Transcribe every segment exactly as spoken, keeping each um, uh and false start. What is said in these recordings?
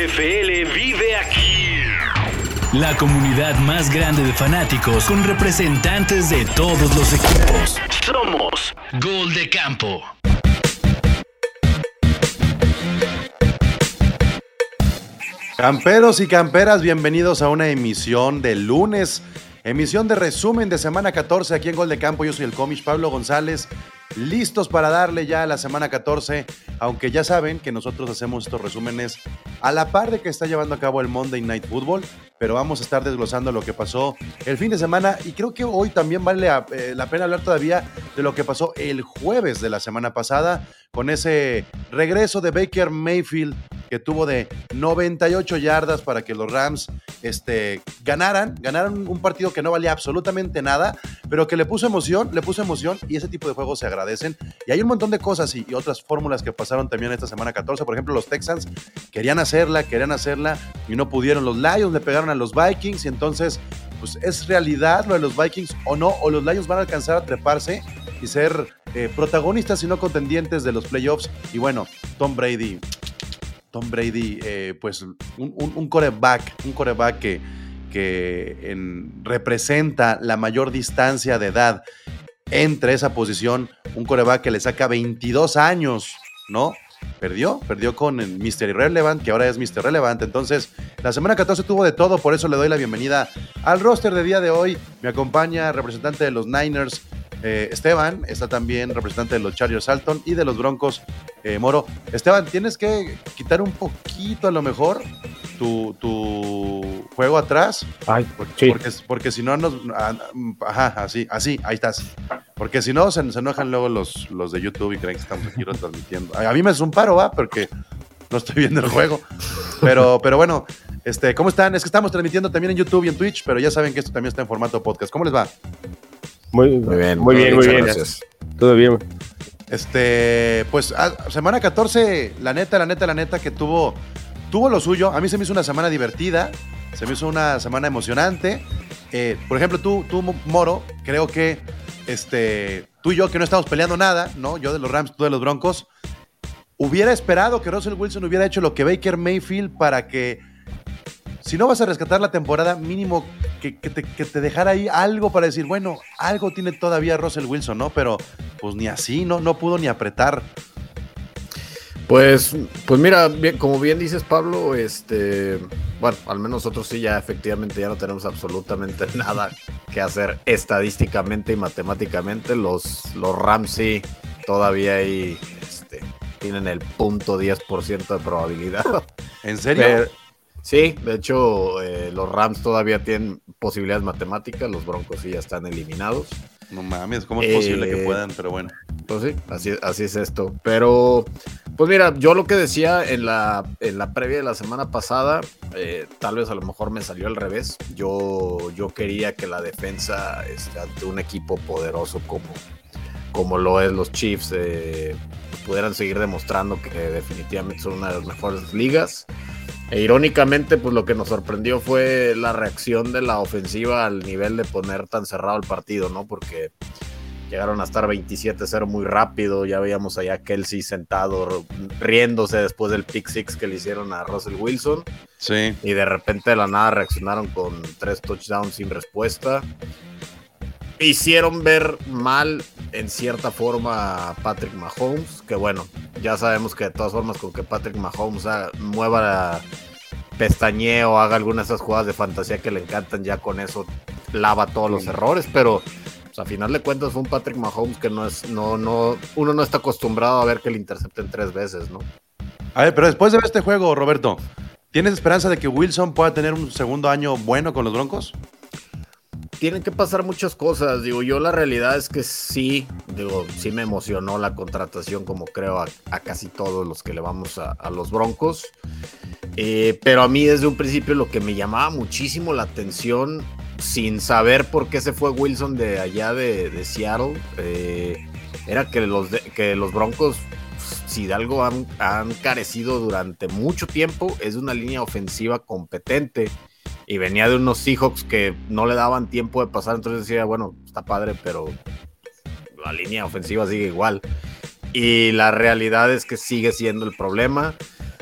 F L vive aquí. La comunidad más grande de fanáticos con representantes de todos los equipos. Somos Gol de Campo. Camperos y camperas, bienvenidos a una emisión de lunes, emisión de resumen de semana catorce aquí en Gol de Campo. Yo soy el cómic Pablo González, listos para darle ya a la semana catorce, aunque ya saben que nosotros hacemos estos resúmenes a la par de que está llevando a cabo el Monday Night Football, pero vamos a estar desglosando lo que pasó el fin de semana y creo que hoy también vale eh, la pena hablar todavía de lo que pasó el jueves de la semana pasada con ese regreso de Baker Mayfield que tuvo de noventa y ocho yardas para que los Rams este, ganaran, ganaran un partido que no valía absolutamente nada, pero que le puso emoción, le puso emoción y ese tipo de juegos se agradecen. Y hay un montón de cosas y, y otras fórmulas que pasaron también esta semana catorce. Por ejemplo, los Texans querían hacerla, querían hacerla y no pudieron. Los Lions le pegaron a los Vikings y entonces, pues, ¿es realidad lo de los Vikings o no? ¿O los Lions van a alcanzar a treparse y ser eh, protagonistas y no contendientes de los playoffs? Y bueno, Tom Brady... Tom Brady, eh, pues un, un, un quarterback, un quarterback que, que en, representa la mayor distancia de edad entre esa posición, un quarterback que le saca veintidós años, ¿no? Perdió, perdió con el mister Irrelevant, que ahora es mister Relevant. Entonces, la semana catorce tuvo de todo, por eso le doy la bienvenida al roster de día de hoy. Me acompaña representante de los Niners, Eh, Esteban, está también representante de los Chargers, Alton, y de los Broncos, eh, Moro. Esteban, tienes que quitar un poquito a lo mejor tu, tu juego atrás. Ay, porque, sí. porque, porque si no nos... Ajá, así, así, ahí estás. Porque si no, se, se enojan luego los, los de YouTube y creen que estamos aquí transmitiendo. A, a mí me es un paro, ¿va? Porque no estoy viendo el juego. Pero, pero bueno, este, ¿cómo están? Es que estamos transmitiendo también en YouTube y en Twitch, pero ya saben que esto también está en formato podcast. ¿Cómo les va? Muy, muy bien, muy bien, muy bien. Gracias. Todo bien. Este, pues, a, semana catorce, la neta, la neta, la neta que tuvo, tuvo lo suyo. A mí se me hizo una semana divertida, se me hizo una semana emocionante. Eh, por ejemplo, tú, tú, Moro, creo que este, tú y yo que no estamos peleando nada, ¿no? Yo de los Rams, tú de los Broncos. Hubiera esperado que Russell Wilson hubiera hecho lo que Baker Mayfield para que, si no vas a rescatar la temporada, mínimo que, que, te, que te dejara ahí algo para decir, bueno, algo tiene todavía Russell Wilson, ¿no? Pero pues ni así, no, no pudo ni apretar. Pues, pues mira, bien, como bien dices, Pablo, este, bueno, al menos nosotros sí ya efectivamente ya no tenemos absolutamente nada que hacer estadísticamente y matemáticamente. Los, los Rams sí todavía ahí este, tienen el punto diez por ciento de probabilidad. ¿En serio? Pero, sí, de hecho, eh, los Rams todavía tienen posibilidades matemáticas, los Broncos sí ya están eliminados. No mames, ¿cómo es eh, posible que puedan? Pero bueno. Pues sí, así, así es esto. Pero, pues mira, yo lo que decía en la, en la previa de la semana pasada, eh, tal vez a lo mejor me salió al revés. Yo, yo quería que la defensa este, ante un equipo poderoso como, como lo es los Chiefs, eh, pudieran seguir demostrando que definitivamente son una de las mejores ligas. E irónicamente, pues lo que nos sorprendió fue la reacción de la ofensiva al nivel de poner tan cerrado el partido, ¿no? Porque llegaron a estar veintisiete cero muy rápido, ya veíamos allá a Kelsey sentado riéndose después del pick six que le hicieron a Russell Wilson. Sí. Y de repente de la nada reaccionaron con tres touchdowns sin respuesta. Hicieron ver mal en cierta forma a Patrick Mahomes, que bueno, ya sabemos que de todas formas con que Patrick Mahomes haga, mueva la pestañeo, haga algunas de esas jugadas de fantasía que le encantan, ya con eso lava todos los errores, pero pues, a final de cuentas fue un Patrick Mahomes que no es, no, no, uno no está acostumbrado a ver que le intercepten tres veces, ¿no? A ver, pero después de ver este juego, Roberto, ¿tienes esperanza de que Wilson pueda tener un segundo año bueno con los Broncos? Tienen que pasar muchas cosas, digo, yo la realidad es que sí, digo, sí me emocionó la contratación como creo a, a casi todos los que le vamos a, a los Broncos, eh, pero a mí desde un principio lo que me llamaba muchísimo la atención, sin saber por qué se fue Wilson de allá de, de Seattle, eh, era que los, de, que los Broncos, si de algo han, han carecido durante mucho tiempo, es de una línea ofensiva competente. Y venía de unos Seahawks que no le daban tiempo de pasar, entonces decía, bueno, está padre, pero la línea ofensiva sigue igual. Y la realidad es que sigue siendo el problema.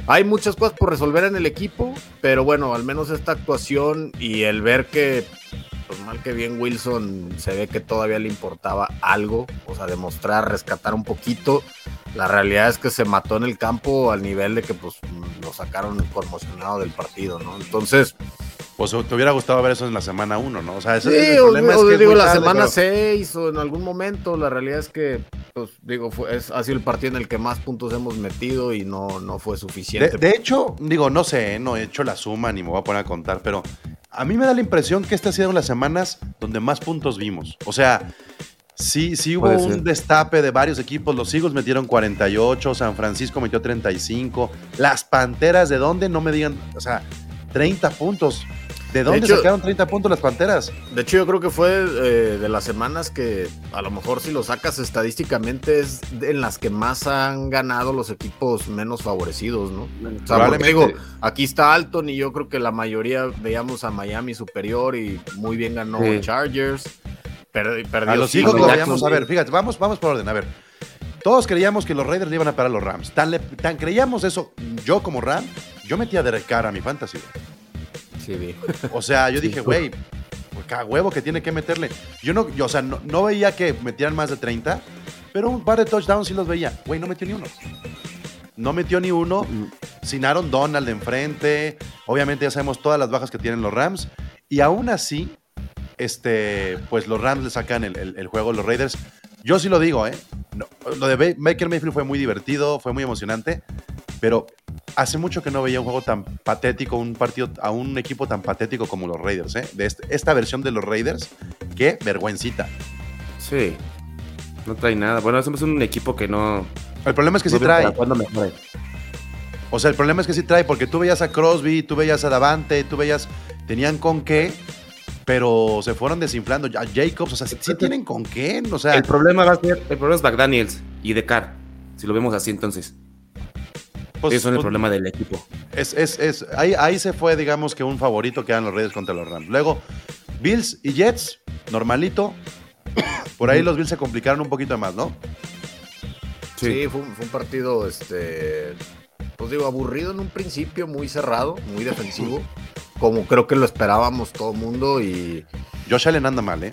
hay muchas cosas por resolver en el equipo, pero bueno, al menos esta actuación y el ver que, pues mal que bien, Wilson se ve que todavía le importaba algo, o sea, demostrar, rescatar un poquito. La realidad es que se mató en el campo al nivel de que pues lo sacaron conmocionado del partido, ¿no? Entonces... Pues te hubiera gustado ver eso en la semana uno, ¿no? O sea, ese sí, es el problema. O, es que digo, es la tarde, semana pero... seis o en algún momento, la realidad es que, pues digo, fue, es, ha sido el partido en el que más puntos hemos metido y no, no fue suficiente. De, de hecho, digo, no sé, no he hecho la suma ni me voy a poner a contar, pero a mí me da la impresión que estas han sido las semanas donde más puntos vimos. O sea... Sí, sí hubo un destape de varios equipos. Los Eagles metieron cuarenta y ocho, San Francisco metió treinta y cinco. Las Panteras, ¿de dónde? No me digan, o sea, treinta puntos. ¿De dónde de hecho, sacaron treinta puntos las Panteras? De hecho, yo creo que fue eh, de las semanas que a lo mejor si lo sacas estadísticamente es en las que más han ganado los equipos menos favorecidos, ¿no? O sea, porque digo, aquí está Alton y yo creo que la mayoría veíamos a Miami superior y muy bien ganó sí. Chargers. Perdió, a los hijos lo veíamos, a ver, fíjate, vamos, vamos por orden, a ver. Todos creíamos que los Raiders le iban a parar a los Rams. Tan, le, tan creíamos eso, yo como Ram, yo metía a Derek Carr a mi fantasy. Sí, o sea, yo sí. dije, güey, cada huevo que tiene que meterle. Yo no, yo, o sea, no, no veía que metieran más de treinta, pero un par de touchdowns sí los veía. Güey, no metió ni uno. No metió ni uno, sin Aaron Donald enfrente. Obviamente ya sabemos todas las bajas que tienen los Rams. Y aún así... Este, pues los Rams le sacan el, el, el juego a los Raiders. Yo sí lo digo, ¿eh? No, lo de Baker Mayfield fue muy divertido, fue muy emocionante, pero hace mucho que no veía un juego tan patético, un partido a un equipo tan patético como los Raiders, ¿eh? De este, esta versión de los Raiders, qué vergüencita. Sí, no trae nada. Bueno, somos un equipo que no... El problema es que no sí trae. O sea, el problema es que sí trae, porque tú veías a Crosby, tú veías a Davante, tú veías, tenían con qué... pero se fueron desinflando. A Jacobs, o sea, sí, sí tienen con qué, o sea... El problema va a ser, el problema es McDaniels y de Carr, si lo vemos así entonces. Pues, Eso es pues, el problema del equipo. Es, es, es, ahí, ahí se fue, digamos, que un favorito que eran los Raiders contra los Rams. Luego, Bills y Jets, normalito. Por ahí mm. los Bills se complicaron un poquito más, ¿no? Sí, sí fue, un, fue un partido, este... pues digo, aburrido en un principio, muy cerrado, muy defensivo. Como creo que lo esperábamos todo el mundo y... Josh Allen anda mal, ¿eh?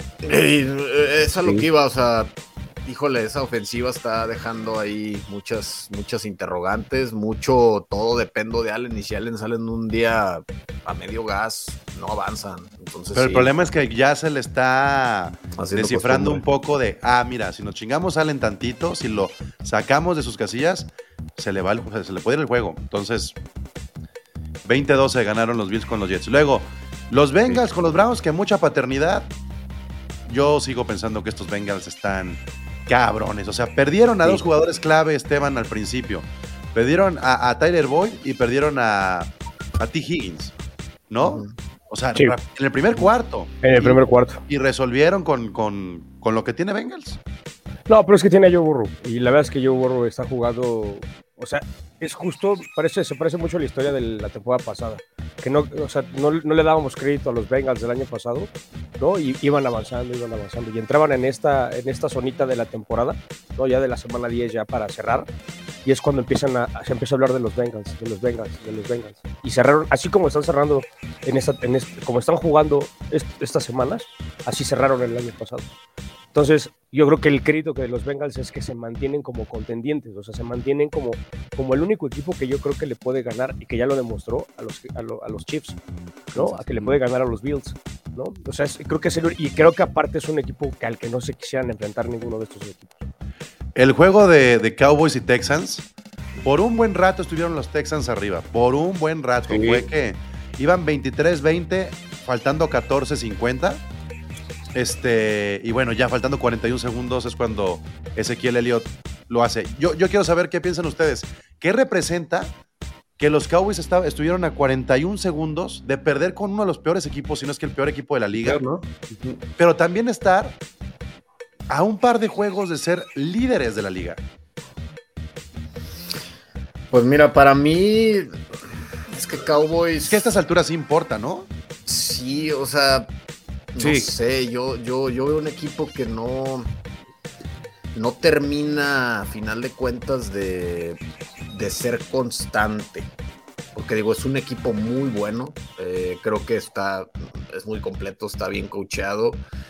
Y eso es lo que iba, o sea, híjole, esa ofensiva está dejando ahí muchas, muchas interrogantes, mucho, todo depende de Allen, y si Allen salen un día a medio gas, no avanzan. Entonces, Pero sí. el problema es que ya se le está Haciendo descifrando costumbre. un poco de, ah, mira, si nos chingamos a Allen tantito, si lo sacamos de sus casillas, se le va el, se le puede ir el juego. Entonces... veinte doce ganaron los Bills con los Jets. Luego, los Bengals con los Browns, que mucha paternidad. Yo sigo pensando que estos Bengals están cabrones. O sea, perdieron a sí. dos jugadores clave, Esteban, al principio. Perdieron a, a Tyler Boyd y perdieron a, a T. Higgins, ¿no? Uh-huh. O sea, sí. en el primer cuarto. En el y, primer cuarto. Y resolvieron con, con, con lo que tiene Bengals. No, pero es que tiene a Joe Burrow. Y la verdad es que Joe Burrow está jugando... O sea, es justo, parece, se parece mucho a la historia de la temporada pasada. Que no, o sea, no, no le dábamos crédito a los Bengals del año pasado, ¿no? Y iban avanzando, iban avanzando. Y entraban en esta, en esta zonita de la temporada, ¿no? Ya de la semana diez ya para cerrar. Y es cuando empiezan a, se empieza a hablar de los Bengals, de los Bengals, de los Bengals. Y cerraron, así como están cerrando, en esta, en este, como están jugando est, estas semanas, así cerraron el año pasado. Entonces, yo creo que el crédito que de los Bengals es que se mantienen como contendientes, o sea, se mantienen como, como el único equipo que yo creo que le puede ganar, y que ya lo demostró a los, a, lo, a los Chiefs, ¿no? A que le puede ganar a los Bills, ¿no? O sea, es, creo que es el, y creo que aparte es un equipo que al que no se quisieran enfrentar ninguno de estos equipos. El juego de, de Cowboys y Texans, por un buen rato estuvieron los Texans arriba, por un buen rato. Sí. Fue que iban veintitrés veinte, faltando catorce cincuenta. Este, y bueno, ya faltando cuarenta y un segundos es cuando Ezequiel Elliott lo hace. Yo, yo quiero saber qué piensan ustedes. ¿Qué representa que los Cowboys está, estuvieron a cuarenta y un segundos de perder con uno de los peores equipos, si no es que el peor equipo de la liga? ¿No? Uh-huh. Pero también estar a un par de juegos de ser líderes de la liga. Pues mira, para mí es que Cowboys... Es que a estas alturas sí importa, ¿no? Sí, o sea... No sí. sé, yo, yo, yo veo un equipo que no, no termina, a final de cuentas, de, de ser constante. porque digo, es un equipo muy bueno, eh, creo que está, es muy completo, está bien coacheado,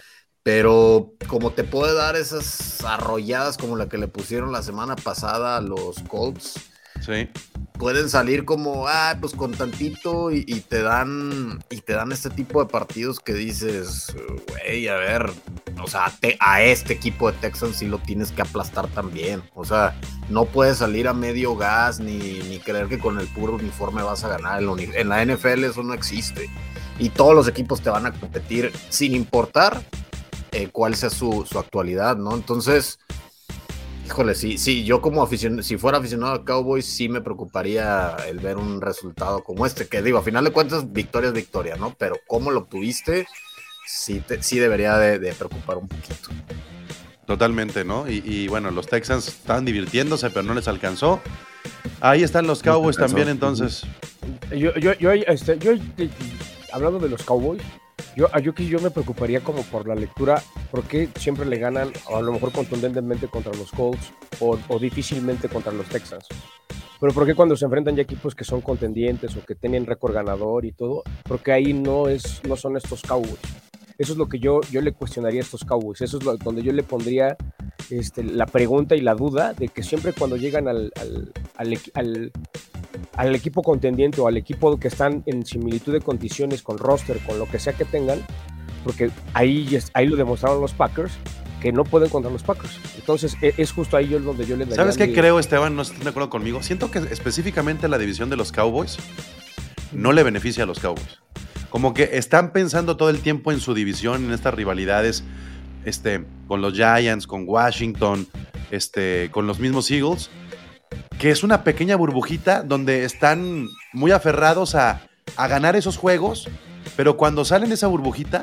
pero como te puede dar esas arrolladas como la que le pusieron la semana pasada a los Colts, sí, pueden salir como, ah, pues con tantito y, y te dan y te dan este tipo de partidos que dices, güey, a ver, o sea, te, a este equipo de Texans sí lo tienes que aplastar también, o sea, no puedes salir a medio gas ni, ni creer que con el puro uniforme vas a ganar. En la, uni- en la N F L eso no existe y todos los equipos te van a competir sin importar eh, cuál sea su, su actualidad, ¿no? Entonces, híjole, sí, sí, yo como aficionado, si fuera aficionado a Cowboys, sí me preocuparía el ver un resultado como este, que digo, a final de cuentas, victoria es victoria, ¿no? Pero cómo lo obtuviste, sí, te, sí debería de, de preocupar un poquito. Totalmente, ¿no? Y, y bueno, los Texans estaban divirtiéndose, pero no les alcanzó. Ahí están los Cowboys también, entonces. Yo, yo, yo, este, yo, hablando de los Cowboys, yo, yo, yo me preocuparía como por la lectura, porque siempre le ganan, o a lo mejor contundentemente contra los Colts, o, o difícilmente contra los Texans. Pero ¿por qué cuando se enfrentan ya equipos que son contendientes o que tienen récord ganador y todo? Porque ahí no, es, no son estos Cowboys. Eso es lo que yo, yo le cuestionaría a estos Cowboys. Eso es lo, donde yo le pondría este, la pregunta y la duda de que siempre cuando llegan al, al, al, al, al equipo contendiente o al equipo que están en similitud de condiciones con roster, con lo que sea que tengan, porque ahí, ahí lo demostraron los Packers, que no pueden contra los Packers. Entonces es justo ahí yo, donde yo le daría. ¿Sabes qué mi... creo, Esteban? No estás de acuerdo conmigo. Siento que específicamente la división de los Cowboys no le beneficia a los Cowboys. Como que están pensando todo el tiempo en su división, en estas rivalidades este, con los Giants, con Washington, este, con los mismos Eagles, que es una pequeña burbujita donde están muy aferrados a, a ganar esos juegos, pero cuando salen de esa burbujita,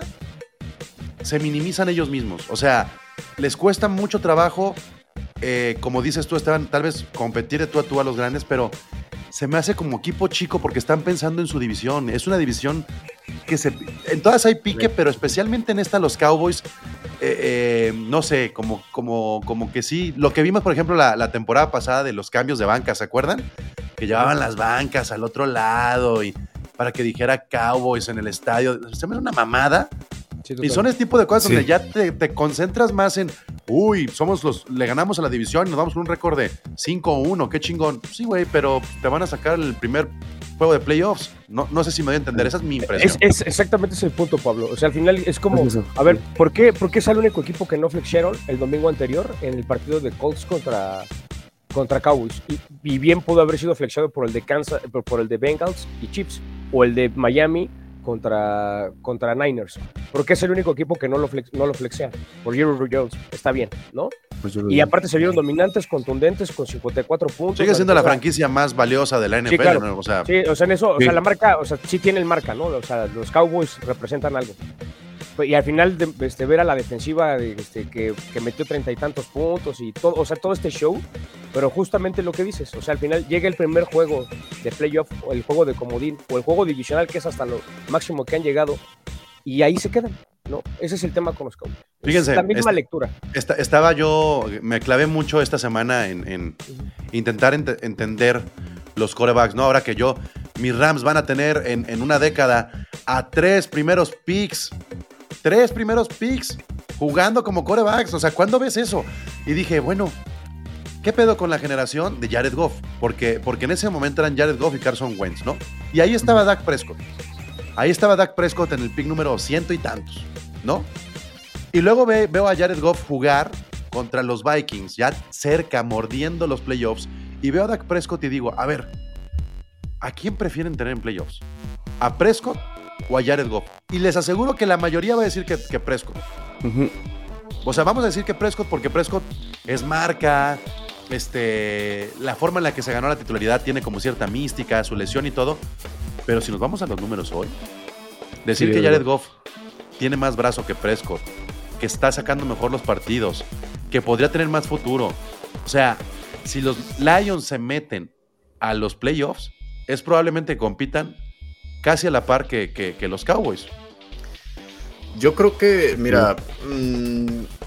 se minimizan ellos mismos. O sea, les cuesta mucho trabajo, eh, como dices tú, Esteban, tal vez competir de tú a tú a los grandes, pero se me hace como equipo chico porque están pensando en su división. Es una división que se... En todas hay pique, pero especialmente en esta los Cowboys, eh, eh, no sé, como, como, como que sí. Lo que vimos, por ejemplo, la, la temporada pasada de los cambios de banca, ¿se acuerdan? Que llevaban las bancas al otro lado y para que dijera Cowboys en el estadio. Se me hace una mamada. Sí, y son ese tipo de cosas sí. donde ya te, te concentras más en, uy, somos los, le ganamos a la división y nos vamos con un récord de cinco uno, qué chingón. Sí, güey, pero te van a sacar el primer juego de playoffs. No, no sé si me voy a entender, esa es mi impresión. Es, es exactamente ese el punto, Pablo. O sea, al final es como, es a ver, ¿por qué, ¿por qué es el único equipo que no flexearon el domingo anterior en el partido de Colts contra, contra Cowboys? Y, y bien pudo haber sido flexeado por el de Kansas, por, por el de Bengals y Chiefs, o el de Miami contra, contra Niners, porque es el único equipo que no lo, flex, no lo flexea por Jerry Jones, está bien, ¿no? Pues y aparte se vieron dominantes, contundentes, con cincuenta y cuatro puntos. Sigue siendo la franquicia más valiosa de la N F L, sí, claro. ¿no? O sea, sí, o sea, en eso, o sí. sea, la marca, o sea, sí tiene el marca, ¿no? O sea, los Cowboys representan algo. Y al final, de, este, ver a la defensiva este, que, que metió treinta y tantos puntos y todo, o sea, todo este show, pero justamente lo que dices, o sea, al final llega el primer juego de playoff, o el juego de comodín, o el juego divisional, que es hasta lo máximo que han llegado, y ahí se quedan, ¿no? Ese es el tema con los Cowboys. Fíjense, es la misma esta, lectura. Esta, estaba yo, me clavé mucho esta semana en, en uh-huh. intentar ent- entender los quarterbacks, ¿no? Ahora que yo, mis Rams van a tener en, en una década a tres primeros picks, tres primeros picks jugando como quarterbacks, o sea, ¿cuándo ves eso? Y dije, bueno, ¿qué pedo con la generación de Jared Goff? Porque, porque en ese momento eran Jared Goff y Carson Wentz, ¿no? Y ahí estaba Dak Prescott. Ahí estaba Dak Prescott en el pick número ciento y tantos, ¿no? Y luego ve, veo a Jared Goff jugar contra los Vikings, ya cerca, mordiendo los playoffs, y veo a Dak Prescott y digo, a ver, ¿a quién prefieren tener en playoffs? ¿A Prescott o a Jared Goff? Y les aseguro que la mayoría va a decir que, que Prescott. Uh-huh. O sea, vamos a decir que Prescott porque Prescott es marca, este, la forma en la que se ganó la titularidad tiene como cierta mística, su lesión y todo. Pero si nos vamos a los números hoy, decir sí, que Jared Goff tiene más brazo que Prescott, que está sacando mejor los partidos, que podría tener más futuro. O sea, si los Lions se meten a los playoffs, es probablemente que compitan casi a la par que, que, que los Cowboys. Yo creo que, mira, mmm,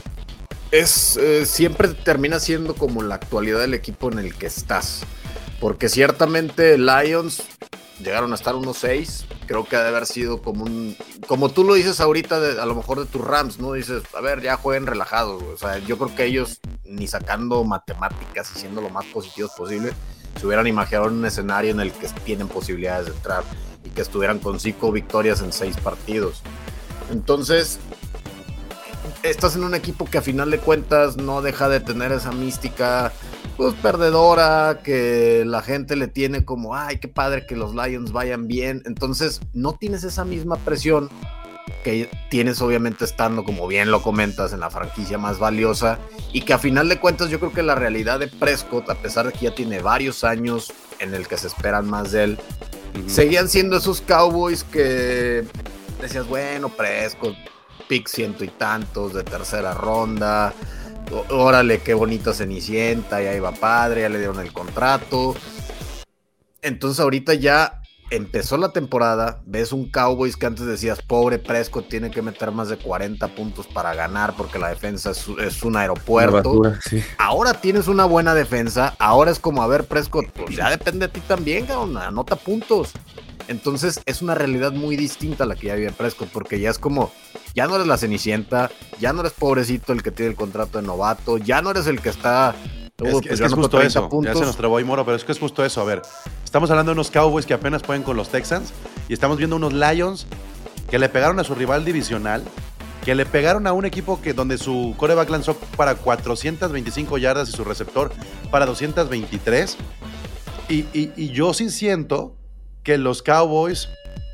es eh, siempre termina siendo como la actualidad del equipo en el que estás. Porque ciertamente Lions llegaron a estar uno seis, creo que ha de haber sido como un, como tú lo dices ahorita, de, a lo mejor de tus Rams, ¿no? Dices, a ver, ya jueguen relajados, güey. O sea, yo creo que ellos, ni sacando matemáticas y siendo lo más positivos posible, se hubieran imaginado un escenario en el que tienen posibilidades de entrar y que estuvieran con cinco victorias en seis partidos. Entonces, estás en un equipo que a final de cuentas no deja de tener esa mística, pues, perdedora, que la gente le tiene como, ay, qué padre que los Lions vayan bien. Entonces, no tienes esa misma presión que tienes obviamente estando, como bien lo comentas, en la franquicia más valiosa, y que a final de cuentas yo creo que la realidad de Prescott, a pesar de que ya tiene varios años en el que se esperan más de él, uh-huh. seguían siendo esos Cowboys que decías, bueno, Prescott, pick ciento y tantos de tercera ronda, órale, qué bonita cenicienta, ya iba padre, ya le dieron el contrato. Entonces ahorita ya empezó la temporada, ves un Cowboys que antes decías, pobre Prescott, tiene que meter más de cuarenta puntos para ganar porque la defensa es, es un aeropuerto. Basura, sí. Ahora tienes una buena defensa, ahora es como, a ver, Prescott, pues ya depende de ti también, cabrón, anota puntos. Entonces es una realidad muy distinta a la que ya vive Prescott, porque ya es como, ya no eres la cenicienta, ya no eres pobrecito el que tiene el contrato de novato, ya no eres el que está... Es que, es, que es justo eso, puntos. Ya se nos trabó ahí Moro, pero es que es justo eso. A ver, estamos hablando de unos Cowboys que apenas pueden con los Texans y estamos viendo unos Lions que le pegaron a su rival divisional, que le pegaron a un equipo que donde su quarterback lanzó para cuatrocientas veinticinco yardas y su receptor para doscientas veintitrés. Y, y, y yo sí siento que los Cowboys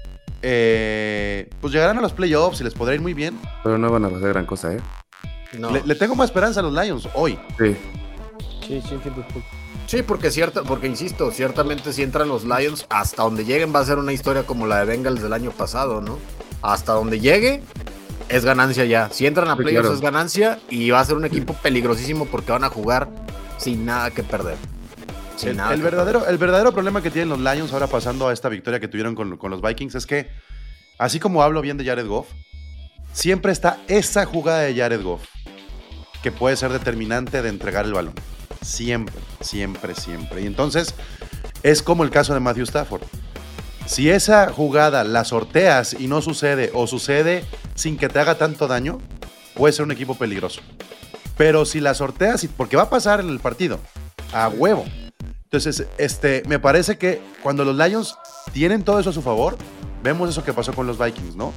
eh, pues llegarán a los playoffs y les podrá ir muy bien. Pero no van a hacer gran cosa, ¿eh? No. Le, le tengo más esperanza a los Lions hoy. Sí. Sí, sí, sí, sí, porque cierta, porque insisto, ciertamente si entran los Lions, hasta donde lleguen va a ser una historia como la de Bengals del año pasado, ¿no? Hasta donde llegue es ganancia ya. Si entran a playoffs sí, claro. es ganancia y va a ser un equipo peligrosísimo porque van a jugar sin nada que perder. Sin el, nada el, que verdadero, perder. el verdadero problema que tienen los Lions ahora pasando a esta victoria que tuvieron con, con los Vikings es que, así como hablo bien de Jared Goff, siempre está esa jugada de Jared Goff que puede ser determinante de entregar el balón. Siempre, siempre, siempre. Y entonces es como el caso de Matthew Stafford. Si esa jugada la sorteas y no sucede, o sucede sin que te haga tanto daño, puede ser un equipo peligroso. Pero si la sorteas, porque va a pasar en el partido, a huevo. Entonces, este, me parece que cuando los Lions tienen todo eso a su favor, vemos eso que pasó con los Vikings, ¿no?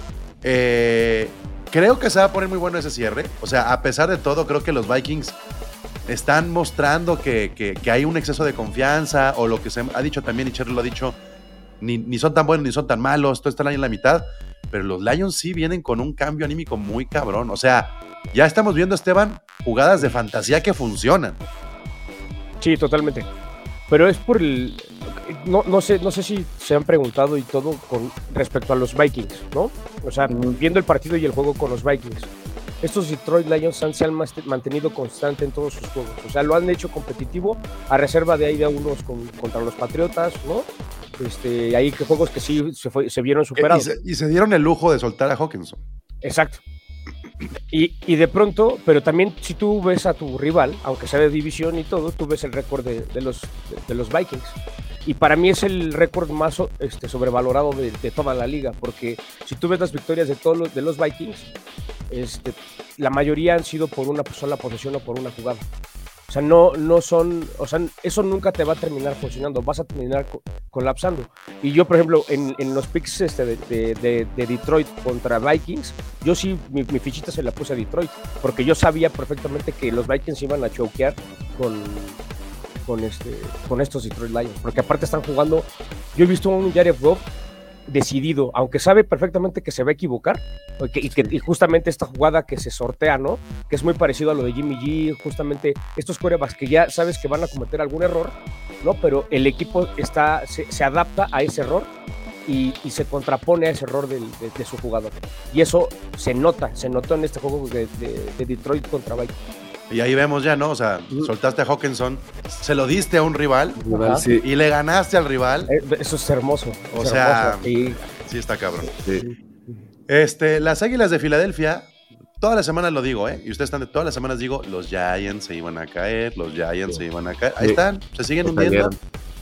Eh, creo que se va a poner muy bueno ese cierre. O sea, a pesar de todo, creo que los Vikings están mostrando que, que, que hay un exceso de confianza, o lo que se ha dicho también, y Cherry lo ha dicho, ni, ni son tan buenos ni son tan malos, todo está el año en la mitad, pero los Lions sí vienen con un cambio anímico muy cabrón. O sea, ya estamos viendo, Esteban, jugadas de fantasía que funcionan. Sí, totalmente. Pero es por el... No, no, sé, no sé si se han preguntado y todo con respecto a los Vikings, ¿no? O sea, mm. viendo el partido y el juego con los Vikings. Estos Detroit Lions han, se han mantenido constante en todos sus juegos. O sea, lo han hecho competitivo, a reserva de ahí de unos con, contra los Patriotas, ¿no? Este, hay juegos que sí se, fue, se vieron superados. Y se, y se dieron el lujo de soltar a Hawkinson. Exacto. Y, y de pronto, pero también si tú ves a tu rival, aunque sea de división y todo, tú ves el récord de, de, los, de, de los Vikings. Y para mí es el récord más este, sobrevalorado de, de toda la liga, porque si tú ves las victorias de todos los, de los Vikings, este, la mayoría han sido por una sola posesión o por una jugada. O sea, no, no son, o sea, eso nunca te va a terminar funcionando, vas a terminar co- colapsando. Y yo, por ejemplo, en, en los picks este de, de, de, de Detroit contra Vikings, yo sí, mi, mi fichita se la puse a Detroit, porque yo sabía perfectamente que los Vikings iban a choquear con, con, este, con estos Detroit Lions, porque aparte están jugando, yo he visto un Jared Goff decidido, aunque sabe perfectamente que se va a equivocar, y, que, y justamente esta jugada que se sortea, ¿no? Que es muy parecido a lo de Jimmy G, justamente estos quarterbacks que ya sabes que van a cometer algún error, ¿no? Pero el equipo está, se, se adapta a ese error y, y se contrapone a ese error del, de, de su jugador. Y eso se nota, se notó en este juego de, de, de Detroit contra Vikings. Y ahí vemos ya, ¿no? O sea, uh-huh. soltaste a Hawkinson, se lo diste a un rival, uh-huh. sí. y le ganaste al rival. Eso es hermoso. O es sea, hermoso. Sí. sí está cabrón. Sí. Este, las Águilas de Filadelfia, todas las semanas lo digo, ¿eh? Y ustedes están de todas las semanas digo, los Giants se iban a caer, los Giants sí. se iban a caer. Ahí sí. están, se siguen se hundiendo. Cayeron.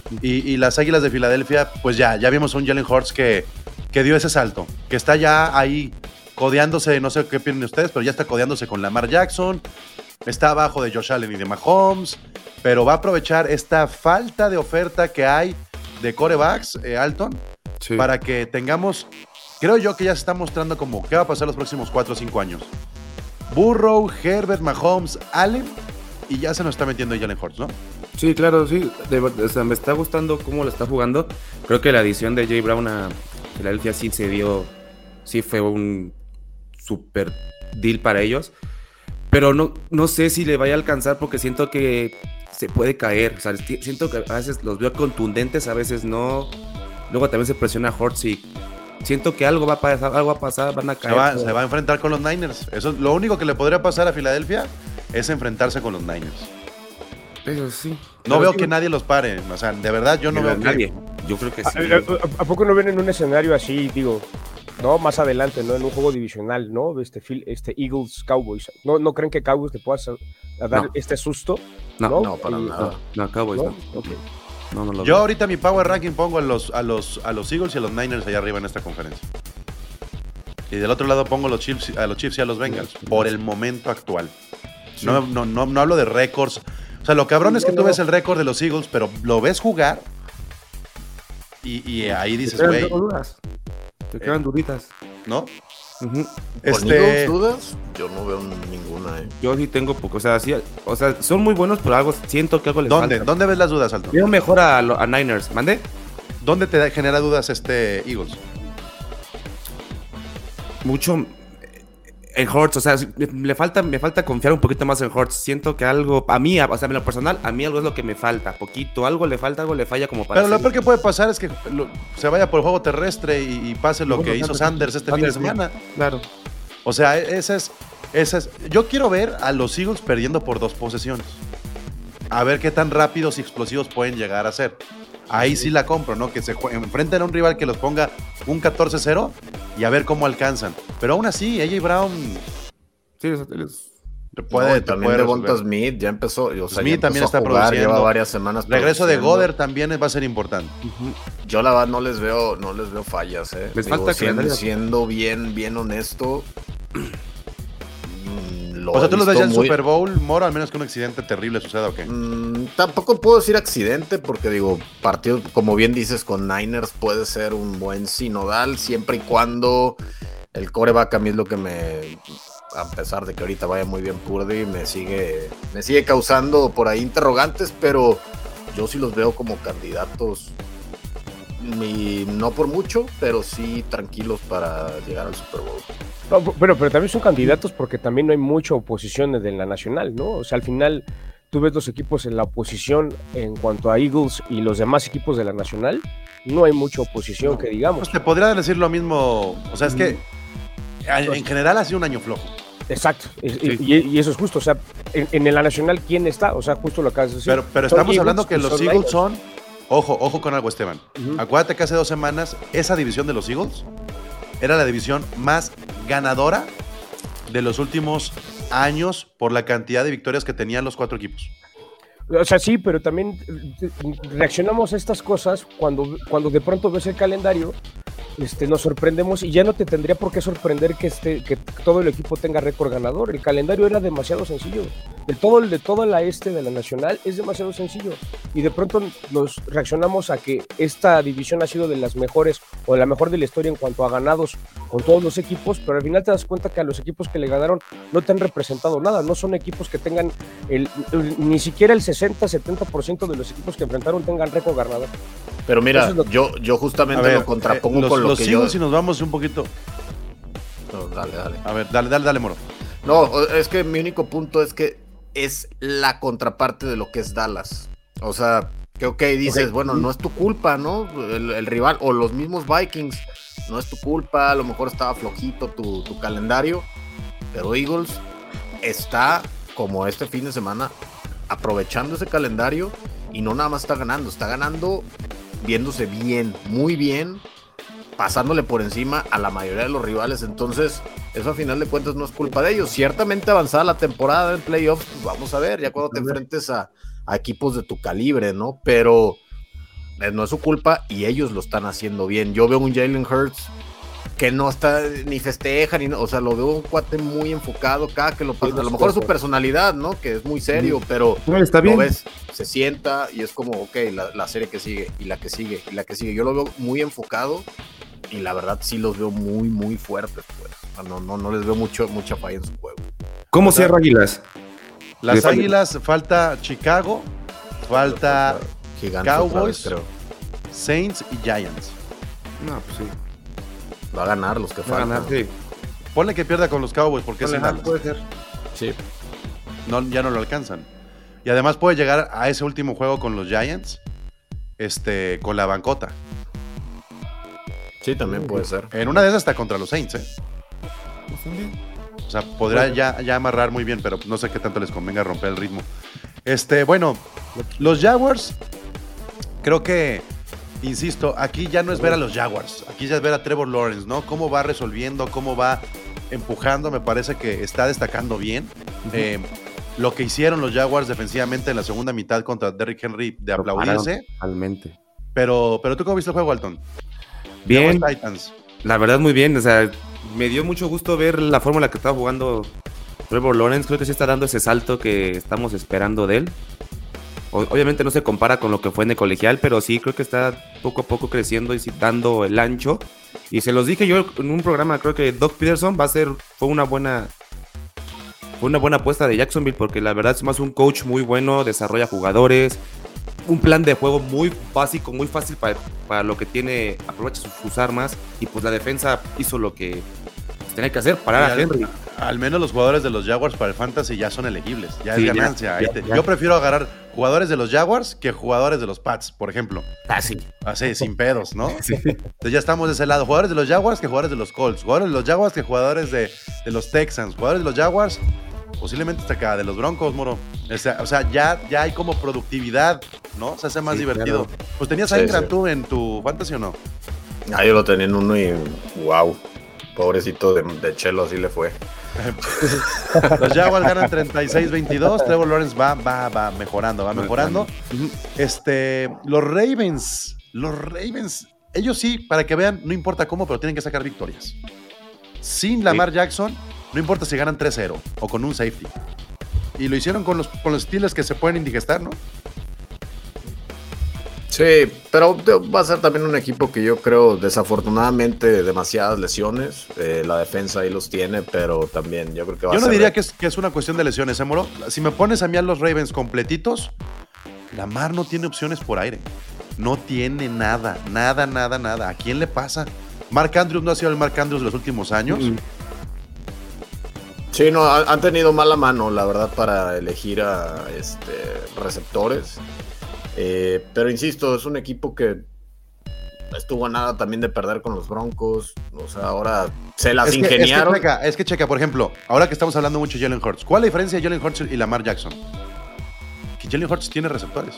Y, y las Águilas de Filadelfia, pues ya, ya vimos a un Jalen Hurts que, que dio ese salto, que está ya ahí codeándose, no sé qué opinan ustedes, pero ya está codeándose con Lamar Jackson, está abajo de Josh Allen y de Mahomes, pero va a aprovechar esta falta de oferta que hay de quarterbacks, eh, Alton, sí, para que tengamos, creo yo que ya se está mostrando como qué va a pasar los próximos cuatro o cinco años. Burrow, Herbert, Mahomes, Allen, y ya se nos está metiendo Jalen Hurts, ¿no? Sí, claro, sí. De, o sea, me está gustando cómo lo está jugando. Creo que la adición de Jay Brown a Filadelfia sí se dio, sí fue un super deal para ellos. Pero no, no sé si le vaya a alcanzar porque siento que se puede caer. O sea, siento que a veces los veo contundentes, a veces no. Luego también se presiona a Hurts y siento que algo va a pasar, algo va a pasar, van a caer. Se va, pero... se va a enfrentar con los Niners. Eso, lo único que le podría pasar a Filadelfia es enfrentarse con los Niners. Pero sí. No pero veo sí, que nadie los pare. O sea, de verdad, yo no veo nadie. Que... Yo creo que sí. ¿A, a, ¿A poco no ven en un escenario así, digo, no más adelante, no en un juego divisional, no? Este, este Eagles Cowboys. ¿No, no creen que Cowboys te pueda dar no. este susto? No, no, no para y, nada. No, no Cowboys no. no. Okay. no, no lo yo veo. ahorita mi power ranking pongo a los, a, los, a los Eagles y a los Niners allá arriba en esta conferencia. Y del otro lado pongo los Chiefs, a los Chiefs y a los Bengals, por el momento actual. Sí. No, no, no, no hablo de récords. O sea, lo cabrón es que tú ves el récord de los Eagles, pero lo ves jugar y, y ahí dices, güey. Te quedan eh, duritas. ¿No? Uh-huh. Este... Eagles, dudas? Yo no veo ninguna, ¿eh? Yo sí tengo poco. O sea, sí, o sea, son muy buenos, pero algo siento que algo les ¿Dónde? falta. ¿Dónde ves las dudas, Alto? Veo mejor a, a Niners. ¿Mande? ¿Dónde te da, genera dudas este Eagles? Mucho en Hurts, o sea, le falta, me falta confiar un poquito más en Hurts. Siento que algo, a mí, o sea, en lo personal, a mí algo es lo que me falta, poquito, algo le falta, algo le falla como para... Pero lo peor que puede pasar es que lo, se vaya por el juego terrestre y, y pase lo bueno, que hizo Sanders este Sanders, fin de semana. Claro. O sea, esa es, esa es... Yo quiero ver a los Eagles perdiendo por dos posesiones. A ver qué tan rápidos y explosivos pueden llegar a ser. Ahí sí la compro, ¿no? Que se enfrenten a un rival que los ponga un catorce cero y a ver cómo alcanzan. Pero aún así, A J Brown... Sí, es... Puede, no, también Devonta Smith ya empezó. O sea, Smith ya también empezó está jugar, produciendo. Lleva varias semanas. Regreso de Goddard también va a ser importante. Uh-huh. Yo la verdad no les veo, no les veo fallas, ¿eh? Les Digo, falta siendo, siendo bien, bien honesto. O sea, ¿tú los ves ya en muy... Super Bowl, Moro? Al menos que un accidente terrible suceda, ¿o qué? Mm, tampoco puedo decir accidente, porque digo, partido, como bien dices, con Niners puede ser un buen sinodal, siempre y cuando el quarterback a mí es lo que me... A pesar de que ahorita vaya muy bien Purdy, me sigue, me sigue causando por ahí interrogantes, pero yo sí los veo como candidatos, y no por mucho, pero sí tranquilos para llegar al Super Bowl. No, pero, pero también son candidatos porque también no hay mucha oposición de la nacional, ¿no? O sea, al final tú ves los equipos en la oposición en cuanto a Eagles y los demás equipos de la nacional, no hay mucha oposición, no, que digamos. Pues te podría decir lo mismo, o sea, es que en, en general ha sido un año flojo. Exacto, sí. y, y eso es justo, o sea, en, en la nacional, ¿quién está? O sea, justo lo que acabas de decir. Pero, pero estamos hablando que los Eagles son, ojo, ojo con algo, Esteban. Uh-huh. Acuérdate que hace dos semanas esa división de los Eagles era la división más ganadora de los últimos años por la cantidad de victorias que tenían los cuatro equipos. O sea, sí, pero también reaccionamos a estas cosas cuando, cuando de pronto ves el calendario, este, nos sorprendemos y ya no te tendría por qué sorprender que, este, que todo el equipo tenga récord ganador. El calendario era demasiado sencillo. De todo el de toda la este de la nacional es demasiado sencillo. Y de pronto nos reaccionamos a que esta división ha sido de las mejores o la mejor de la historia en cuanto a ganados con todos los equipos, pero al final te das cuenta que a los equipos que le ganaron no te han representado nada. No son equipos que tengan el, el, ni siquiera el sesenta a setenta por ciento de los equipos que enfrentaron tengan récord ganador. Pero mira, que... yo, yo justamente ver, lo contrapongo eh, los, con lo los que yo... yo... si nos vamos un poquito... No, dale, dale. A ver, dale, dale, dale, Moro. No, es que mi único punto es que es la contraparte de lo que es Dallas. O sea, que ok, dices, okay. bueno, no es tu culpa, ¿no? El, el rival, o los mismos Vikings, no es tu culpa, a lo mejor estaba flojito tu, tu calendario, pero Eagles está, como este fin de semana, aprovechando ese calendario y no nada más está ganando, está ganando viéndose bien, muy bien, pasándole por encima a la mayoría de los rivales. Entonces eso a final de cuentas no es culpa de ellos. Ciertamente avanzada la temporada en playoffs, pues vamos a ver, ya cuando te enfrentes a, a equipos de tu calibre, ¿no? Pero no es su culpa y ellos lo están haciendo bien. Yo veo un Jalen Hurts que no está ni festeja, ni, o sea, lo veo un cuate muy enfocado, cada que lo pasa, sí, a lo mejor es su personalidad, ¿no? Que es muy serio, sí. pero no, está bien. Lo ves, se sienta y es como, ok, la, la serie que sigue, y la que sigue, y la que sigue. Yo lo veo muy enfocado y la verdad sí los veo muy, muy fuertes, pues. No, no, no les veo mucho, mucha falla en su juego. ¿Cómo cierra Águilas? Las Águilas, falta Chicago, falta Gigantes, Cowboys, creo. Saints y Giants. No, pues sí. Va a ganar los que Va a faltan. ganar, sí. Ponle que pierda con los Cowboys porque es Ajá, puede ser. Sí. No, ya no lo alcanzan. Y además puede llegar a ese último juego con los Giants este, con la bancota. Sí, también puede ser. En una de esas está contra los Saints, ¿eh? O sea, podrá bueno. ya, ya amarrar muy bien, pero no sé qué tanto les convenga romper el ritmo. Este, bueno, los Jaguars, creo que, insisto, aquí ya no es ver a los Jaguars, aquí ya es ver a Trevor Lawrence, ¿no? Cómo va resolviendo, cómo va empujando, me parece que está destacando bien. Uh-huh. Eh, lo que hicieron los Jaguars defensivamente en la segunda mitad contra Derrick Henry, de aplaudirse. Totalmente. Pero, pero ¿tú cómo viste el juego, Alton? Bien. Titans. La verdad, muy bien. O sea, me dio mucho gusto ver la forma en la que estaba jugando Trevor Lawrence. Creo que sí está dando ese salto que estamos esperando de él. O, obviamente no se compara con lo que fue en el colegial, pero sí creo que está poco a poco creciendo y dando el ancho. Y se los dije yo en un programa, creo que Doug Peterson va a ser, fue una buena... Fue una buena apuesta de Jacksonville porque la verdad es más un coach muy bueno, desarrolla jugadores, un plan de juego muy básico, muy fácil para, para lo que tiene, aprovecha sus, sus armas y pues la defensa hizo lo que pues, tenía que hacer, parar al, a Henry. Al menos los jugadores de los Jaguars para el Fantasy ya son elegibles, ya sí, es ganancia. Ya, ya, ya. Yo prefiero agarrar jugadores de los Jaguars que jugadores de los Pats, por ejemplo. Ah, sí. Así, sin pedos, ¿no? Sí. Entonces ya estamos de ese lado. Jugadores de los Jaguars que jugadores de los Colts, jugadores de los Jaguars que jugadores de, de los Texans, jugadores de los Jaguars posiblemente hasta acá, de los Broncos, Moro. O sea, o sea ya, ya hay como productividad, ¿no? Se hace más sí, divertido. Claro. Pues tenías a sí, Ingram sí. tú en tu fantasy o no? Ah, yo lo tenía en uno y wow, pobrecito de, de Chelo, así le fue. Los Jaguars ganan treinta y seis veintidós, Trevor Lawrence va, va, va mejorando, va mejorando. Este, los Ravens, los Ravens, ellos sí, para que vean, no importa cómo, pero tienen que sacar victorias. Sin Lamar sí. Jackson, no importa si ganan tres cero o con un safety. Y lo hicieron con los, con los Steelers que se pueden indigestar, ¿no? Sí, pero va a ser también un equipo que yo creo, desafortunadamente, demasiadas lesiones. Eh, la defensa ahí los tiene, pero también yo creo que va yo a no ser... Yo no diría que es, que es una cuestión de lesiones, ¿eh, Moro? Si me pones a mí a los Ravens completitos, Lamar no tiene opciones por aire. No tiene nada, nada, nada, nada. ¿A quién le pasa? Mark Andrews no ha sido el Mark Andrews de los últimos años. Mm. Sí, no, han tenido mala mano, la verdad, para elegir a este, receptores. Eh, pero insisto, es un equipo que estuvo a nada también de perder con los Broncos. O sea, ahora se las es que, ingeniaron. Es que, checa, es que checa, por ejemplo, ahora que estamos hablando mucho de Jalen Hurts, ¿cuál es la diferencia de Jalen Hurts y Lamar Jackson? Que Jalen Hurts tiene receptores.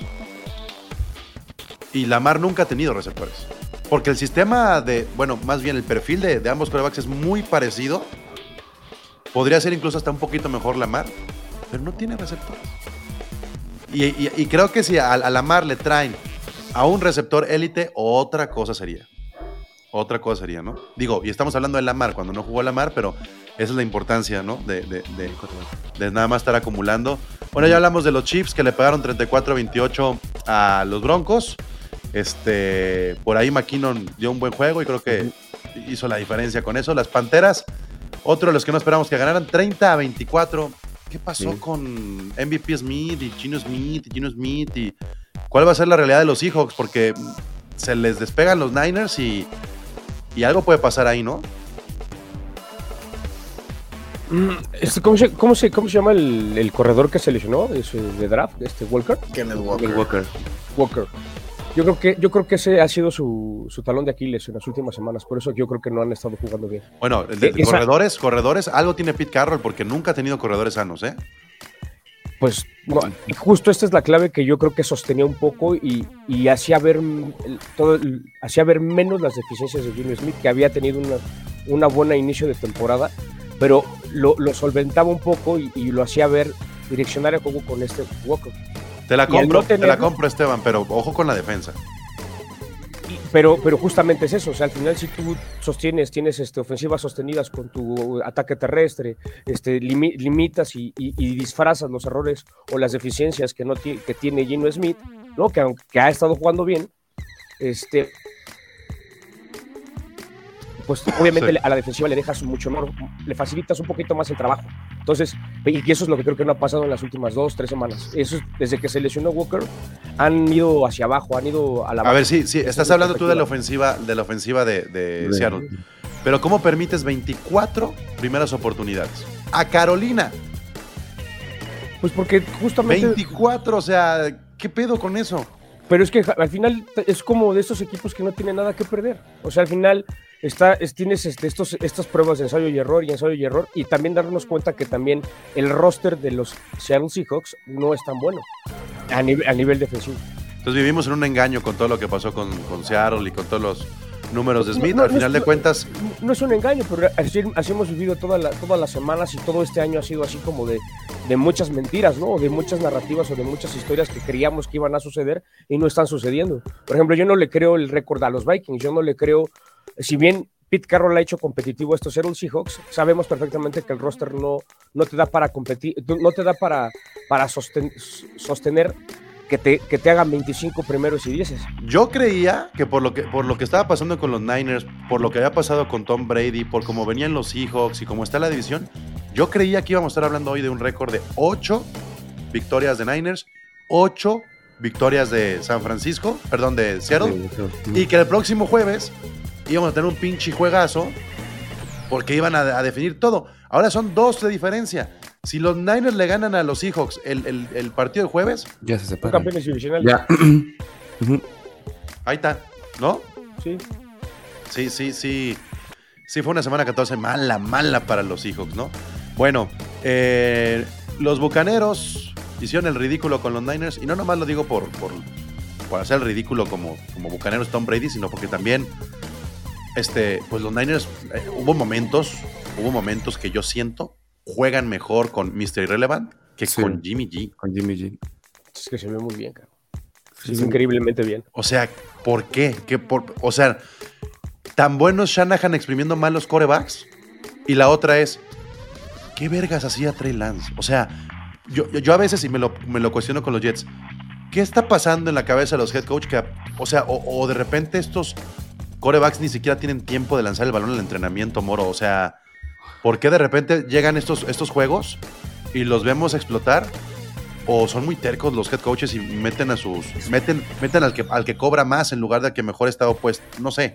Y Lamar nunca ha tenido receptores. Porque el sistema de, bueno, más bien el perfil de, de ambos quarterbacks es muy parecido. Podría ser incluso hasta un poquito mejor Lamar, pero no tiene receptores. Y, y, y creo que si a, a Lamar le traen a un receptor élite, otra cosa sería. Otra cosa sería, ¿no? Digo, y estamos hablando de Lamar cuando no jugó Lamar, pero esa es la importancia, ¿no? De, de, de, de nada más estar acumulando. Bueno, ya hablamos de los Chiefs que le pegaron treinta y cuatro veintiocho a los Broncos. Este, por ahí McKinnon dio un buen juego y creo que hizo la diferencia con eso. Las Panteras, otro de los que no esperamos que ganaran, treinta a veinticuatro. ¿Qué pasó sí. con M V P Smith y Gino Smith y Gino Smith? Y ¿cuál va a ser la realidad de los Seahawks? Porque se les despegan los Niners y, y algo puede pasar ahí, ¿no? Este, ¿cómo, se, cómo, se, ¿Cómo se llama el, el corredor que se lesionó de draft? Este, ¿Walker? Kenneth Walker. Walker. Walker. Yo creo que, yo creo que ese ha sido su, su talón de Aquiles en las últimas semanas, por eso yo creo que no han estado jugando bien. Bueno, de, de Esa, corredores, corredores, algo tiene Pete Carroll porque nunca ha tenido corredores sanos, ¿eh? Pues no, justo esta es la clave que yo creo que sostenía un poco y, y hacía ver todo, hacía ver menos las deficiencias de Gino Smith, que había tenido una, una buena inicio de temporada, pero lo, lo solventaba un poco y, y lo hacía ver direccionar el juego con este Walker. Te la compro, no tener... te la compro, Esteban, pero ojo con la defensa. pero, pero justamente es eso, o sea, al final si tú sostienes, tienes este, ofensivas sostenidas con tu ataque terrestre, este, limi, limitas y, y, y disfrazas los errores o las deficiencias que, no t- que tiene Geno Smith, ¿no? que, que ha estado jugando bien, este, pues obviamente sí. A la defensiva le dejas mucho más, le facilitas un poquito más el trabajo. Entonces, y eso es lo que creo que no ha pasado en las últimas dos, tres semanas. Eso es, desde que se lesionó Walker, han ido hacia abajo, han ido a la... A ver, sí, sí, estás hablando tú de la ofensiva de, la ofensiva de, de sí. Seattle. Pero ¿cómo permites veinticuatro primeras oportunidades? A Carolina. Pues porque justamente... veinticuatro, o sea, ¿qué pedo con eso? Pero es que al final es como de estos equipos que no tienen nada que perder. O sea, al final... Está, es, tienes este, estos, estas pruebas de ensayo y error y ensayo y error y también darnos cuenta que también el roster de los Seattle Seahawks no es tan bueno a nivel, a nivel defensivo. Entonces vivimos en un engaño con todo lo que pasó con, con Seattle y con todos los números de Smith. No, no, Al final no, de cuentas... No, no es un engaño, pero así, así hemos vivido toda la, todas las semanas y todo este año ha sido así como de, de muchas mentiras, ¿no? O de muchas narrativas o de muchas historias que creíamos que iban a suceder y no están sucediendo. Por ejemplo, yo no le creo el récord a los Vikings, yo no le creo... Si bien Pete Carroll ha hecho competitivo a estos Seattle Seahawks, sabemos perfectamente que el roster no, no te da para competir, no te da para, para sosten, sostener que te, que te hagan veinticinco primeros y dieces. Yo creía que por lo que por lo que estaba pasando con los Niners, por lo que había pasado con Tom Brady, por cómo venían los Seahawks y cómo está la división, yo creía que íbamos a estar hablando hoy de un récord de ocho victorias de Niners, ocho victorias de San Francisco, perdón, de Seattle, y que el próximo jueves íbamos a tener un pinche juegazo porque iban a, a definir todo. Ahora son dos de diferencia. Si los Niners le ganan a los Seahawks el, el, el partido de jueves, ya se separan. Son campeones divisionales. Ya. Ahí está, ¿no? Sí. Sí, sí, sí. Sí, fue una semana catorce mala, mala para los Seahawks, ¿no? Bueno, eh, los Bucaneros hicieron el ridículo con los Niners, y no nomás lo digo por, por, por hacer el ridículo como, como Bucaneros Tom Brady, sino porque también este, pues los Niners, eh, hubo momentos, hubo momentos que yo siento juegan mejor con mister Irrelevant que sí, con Jimmy G. Con Jimmy G. Es que se ve muy bien, cabrón. Sí, es sí. increíblemente bien. O sea, ¿por qué? ¿Qué por, o sea, tan bueno es Shanahan exprimiendo mal los quarterbacks, y la otra es, ¿qué vergas hacía Trey Lance? O sea, yo, yo a veces, y me lo, me lo cuestiono con los Jets, ¿qué está pasando en la cabeza de los head coach? Que, o sea, o, o de repente estos quarterbacks ni siquiera tienen tiempo de lanzar el balón en el entrenamiento, Moro. O sea, ¿por qué de repente llegan estos, estos juegos y los vemos explotar? ¿O son muy tercos los head coaches y meten a sus meten, meten al que, al que cobra más en lugar de al que mejor está opuesto? No sé.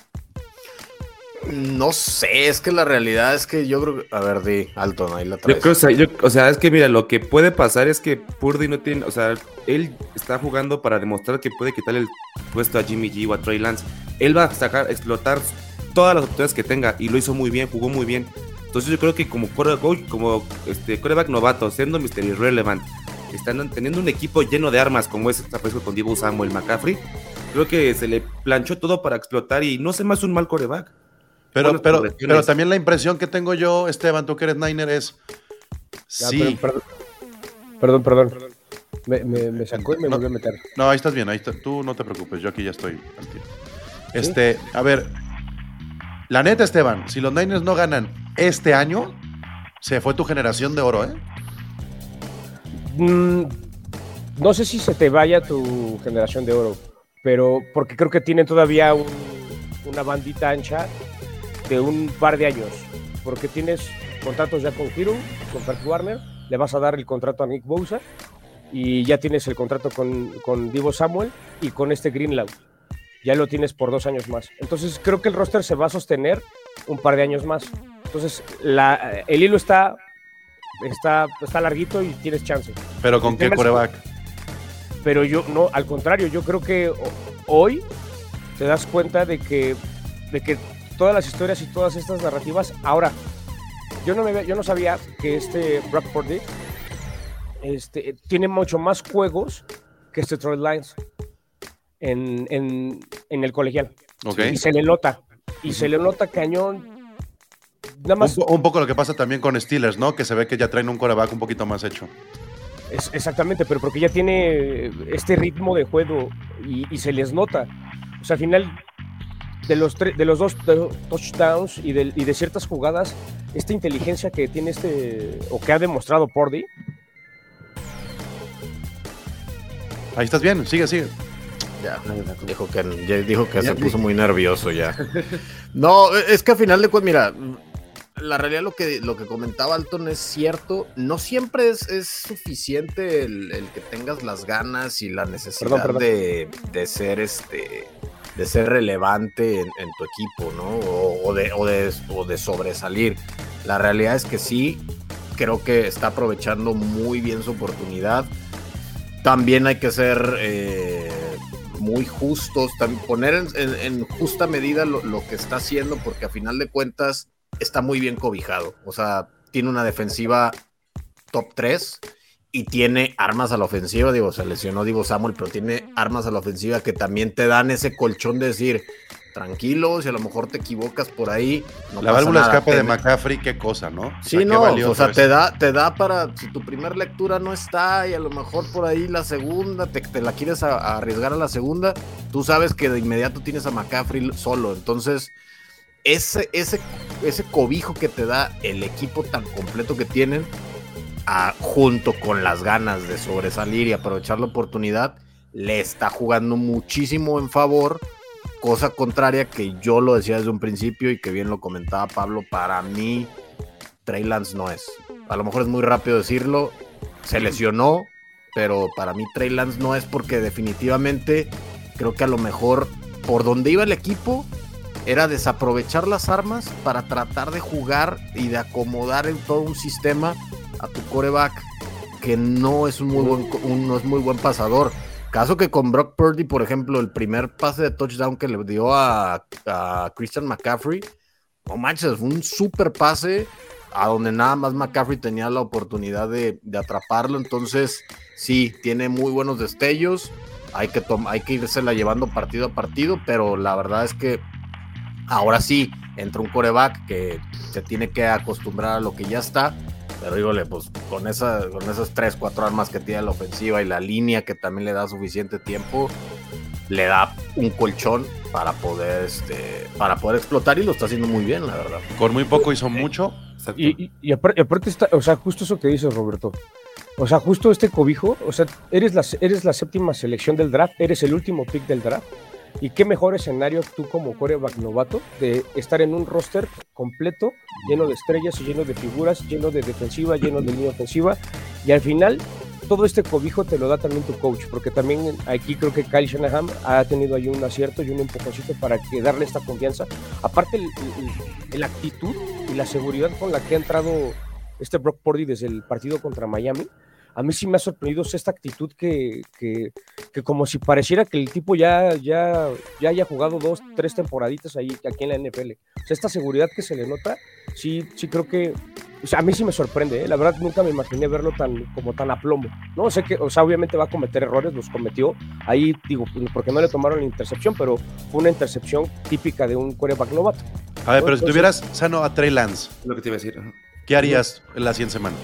No sé, es que la realidad es que yo creo que... A ver, di, alto, ahí la Yo traes. creo, o, sea, yo, o sea, es que mira, lo que puede pasar es que Purdy no tiene... O sea, él está jugando para demostrar que puede quitarle el puesto a Jimmy G o a Trey Lance. Él va a sacar, explotar todas las oportunidades que tenga, y lo hizo muy bien, jugó muy bien. Entonces yo creo que como quarterback, como este quarterback novato, siendo mister Irrelevant, están teniendo un equipo lleno de armas como es esta con Deebo Samuel, McCaffrey, creo que se le planchó todo para explotar y no se me hace un mal quarterback. Pero, pero, pero también la impresión que tengo yo, Esteban, tú que eres Niner, es... Ya, sí. Perdón, perdón, perdón. perdón. Me, me, me sacó y me no, volvió a meter. No, ahí estás bien, ahí está. Tú no te preocupes, yo aquí ya estoy al tiro. Este, ¿sí? A ver, la neta, Esteban, si los Niners no ganan este año, se fue tu generación de oro, ¿eh? Mm, no sé si se te vaya tu generación de oro, pero porque creo que tienen todavía un, una bandita ancha de un par de años, porque tienes contratos ya con Hero, con Fred Warner, le vas a dar el contrato a Nick Bosa y ya tienes el contrato con, con Deebo Samuel y con este Greenlaw, ya lo tienes por dos años más. Entonces creo que el roster se va a sostener un par de años más. Entonces la, el hilo está, está, está larguito y tienes chance. ¿Pero con qué quarterback? Pero yo, no, al contrario, yo creo que hoy te das cuenta de que, de que todas las historias y todas estas narrativas, ahora, yo no, me, yo no sabía que este Brock Purdy este, tiene mucho más juegos que este Troy Lance en, en, en el colegial. Okay. Y se le nota, y uh-huh. se le nota cañón. Nada más, un, un poco lo que pasa también con Steelers, ¿no? Que se ve que ya traen un quarterback un poquito más hecho. Es, exactamente, pero porque ya tiene este ritmo de juego y, y se les nota. O sea, al final, de los, tre- de los dos de los touchdowns y de, y de ciertas jugadas, esta inteligencia que tiene este, o que ha demostrado Purdy. Ahí estás bien, sigue, sigue. Ya, dijo que, ya dijo que se puso muy nervioso ya. No, es que a final de cuentas, mira, la realidad lo que, lo que comentaba Alton es cierto. No siempre es, es suficiente el, el que tengas las ganas y la necesidad Perdón, perdón. De, de ser este de ser relevante en, en tu equipo, ¿no? O, o, de, o, de, o de sobresalir. La realidad es que sí, creo que está aprovechando muy bien su oportunidad. También hay que ser eh, muy justos, también poner en, en, en justa medida lo, lo que está haciendo, porque a final de cuentas está muy bien cobijado. O sea, tiene una defensiva top tres y tiene armas a la ofensiva. Digo, se lesionó Divo Samuel, pero tiene armas a la ofensiva que también te dan ese colchón de decir, tranquilo, si a lo mejor te equivocas por ahí, no La pasa válvula nada. escape de Ten- McCaffrey, qué cosa, ¿no? Sí, O sea, qué no, valioso o sea, es. te da, te da para, si tu primer lectura no está y a lo mejor por ahí la segunda, te, te la quieres a, a arriesgar a la segunda, tú sabes que de inmediato tienes a McCaffrey solo, entonces ese, ese, ese cobijo que te da el equipo tan completo que tienen, a, junto con las ganas de sobresalir y aprovechar la oportunidad, le está jugando muchísimo en favor. Cosa contraria que yo lo decía desde un principio y que bien lo comentaba Pablo, para mí Trey Lance no es. A lo mejor es muy rápido decirlo, se lesionó, pero para mí Trey Lance no es, porque definitivamente creo que a lo mejor por donde iba el equipo era desaprovechar las armas para tratar de jugar y de acomodar en todo un sistema a tu quarterback que no es un muy buen, un, no es muy buen pasador. Caso que con Brock Purdy, por ejemplo, el primer pase de touchdown que le dio a, a Christian McCaffrey, no manches, fue un super pase a donde nada más McCaffrey tenía la oportunidad de, de atraparlo. Entonces, sí, tiene muy buenos destellos, hay que, tom- hay que írsela llevando partido a partido, pero la verdad es que ahora sí entra un quarterback que se tiene que acostumbrar a lo que ya está. Pero dígole, pues con, esa, con esas tres, cuatro armas que tiene la ofensiva y la línea que también le da suficiente tiempo, le da un colchón para poder, este, para poder explotar, y lo está haciendo muy bien, la verdad. Con muy poco hizo mucho. Exacto. Y, y, y aparte, aparte está, o sea, justo eso que dices, Roberto. O sea, justo este cobijo, o sea, eres la, eres la séptima selección del draft, eres el último pick del draft. Y qué mejor escenario tú como quarterback novato de estar en un roster completo, lleno de estrellas y lleno de figuras, lleno de defensiva, lleno de línea ofensiva. Y al final, todo este cobijo te lo da también tu coach, porque también aquí creo que Kyle Shanahan ha tenido ahí un acierto y un empujoncito para que darle esta confianza. Aparte, el, el, el actitud y la seguridad con la que ha entrado este Brock Purdy desde el partido contra Miami, a mí sí me ha sorprendido esta actitud que, que, que como si pareciera que el tipo ya, ya, ya haya jugado dos, tres temporaditas ahí aquí en la N F L. O sea, esta seguridad que se le nota, sí, sí creo que, o sea, a mí sí me sorprende, ¿eh? La verdad nunca me imaginé verlo tan, como tan a plomo, ¿no? Sé que, o sea, obviamente va a cometer errores, los cometió, ahí digo, porque no le tomaron la intercepción, pero fue una intercepción típica de un quarterback novato. A ver, pero Entonces, si tuvieras sano a Trey Lance, Es lo que te iba a decir. Ajá. ¿qué harías en la siguiente semana?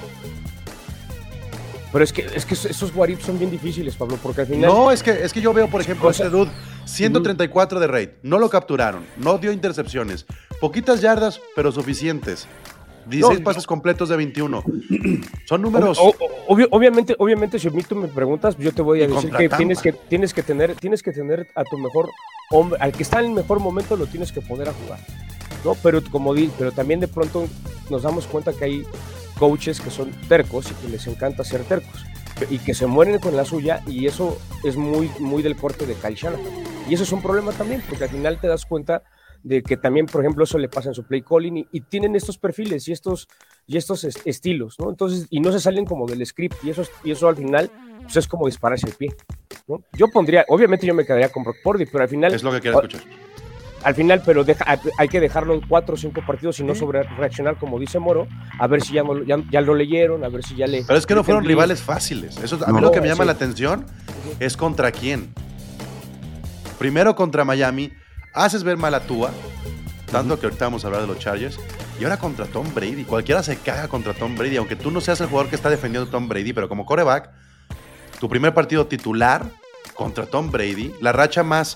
Pero es que, es que esos what ifs son bien difíciles, Pablo, porque al final... No, es que, es que yo veo, por ejemplo, O sea, este dude, ciento treinta y cuatro de rate, no lo capturaron, no dio intercepciones, poquitas yardas, pero suficientes. dieciséis No, pases completos de veintiuno. Son números. O- o- obvio- obviamente, obviamente, si a mí tú me preguntas, yo te voy a Y decir contra que Tampa. tienes que tienes que tener tienes que tener a tu mejor hombre, al que está en el mejor momento lo tienes que poner a jugar, ¿no? Pero como di, pero también de pronto nos damos cuenta que hay coaches que son tercos y que les encanta ser tercos y que se mueren con la suya, y eso es muy muy del corte de Kyle Shanahan. Y eso es un problema también, porque al final te das cuenta de que también, por ejemplo, eso le pasa en su play calling, y, y tienen estos perfiles y estos y estos est- estilos, ¿no? Entonces, y no se salen como del script, y eso, y eso al final pues es como dispararse el pie, ¿no? Yo pondría, obviamente yo me quedaría con Brock Purdy, pero al final... Es lo que quiero escuchar. Al final, pero deja, hay que dejarlo cuatro o cinco partidos y no sobre reaccionar, como dice Moro, a ver si ya, no, ya, ya lo leyeron, a ver si ya le... Pero es que no fueron entendí. rivales fáciles. Eso, a mí No, lo que me llama sí. la atención es contra quién. Primero contra Miami, haces ver mal a Tua, tanto que ahorita vamos a hablar de los Chargers, y ahora contra Tom Brady. Cualquiera se caga contra Tom Brady, aunque tú no seas el jugador que está defendiendo a Tom Brady, pero como quarterback, tu primer partido titular contra Tom Brady, la racha más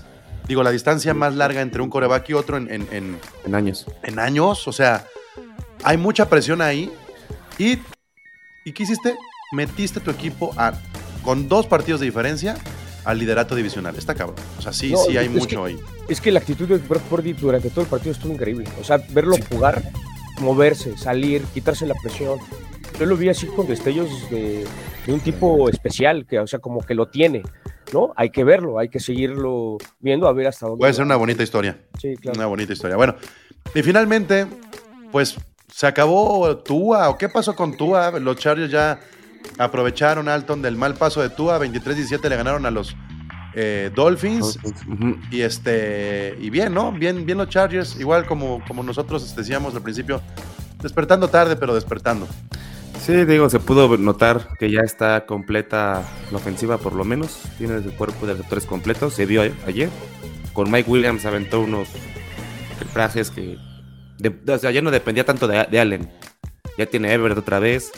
Digo, la distancia más larga entre un quarterback y otro en, en, en, En años. en años. O sea, hay mucha presión ahí. ¿Y, ¿y qué hiciste? Metiste tu equipo a, con dos partidos de diferencia al liderato divisional. Está cabrón. O sea, sí, No, sí hay es mucho que- ahí. Es que la actitud de Brock Purdy durante todo el partido estuvo increíble. O sea, verlo jugar, moverse, salir, quitarse la presión. Yo lo vi así con destellos de, de un tipo especial, que, o sea, como que lo tiene, ¿no? Hay que verlo, hay que seguirlo viendo a ver hasta dónde. Puede ser va. una bonita historia. Sí, claro. Una bonita historia. Bueno, y finalmente, pues, ¿se acabó Tua? ¿O qué pasó con Tua? Los Chargers ya aprovecharon, Alton, del mal paso de Tua. veintitrés diecisiete le ganaron a los eh, Dolphins. Ujú. Y este y bien, ¿no? Bien, bien los Chargers, igual como, como nosotros decíamos al principio, despertando tarde, pero despertando. Sí, digo, se pudo notar que ya está completa la ofensiva por lo menos. Tiene el cuerpo de receptores completos. Se vio a- ayer. Con Mike Williams aventó unos frases que... de- o sea, ya no dependía tanto de, de Allen. Ya tiene Everett otra vez.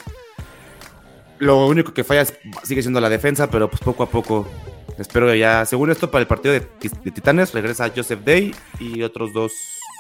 Lo único que falla es- sigue siendo la defensa, pero pues poco a poco... Espero ya... Según esto, para el partido de, de Titanes regresa Joseph Day y otros dos...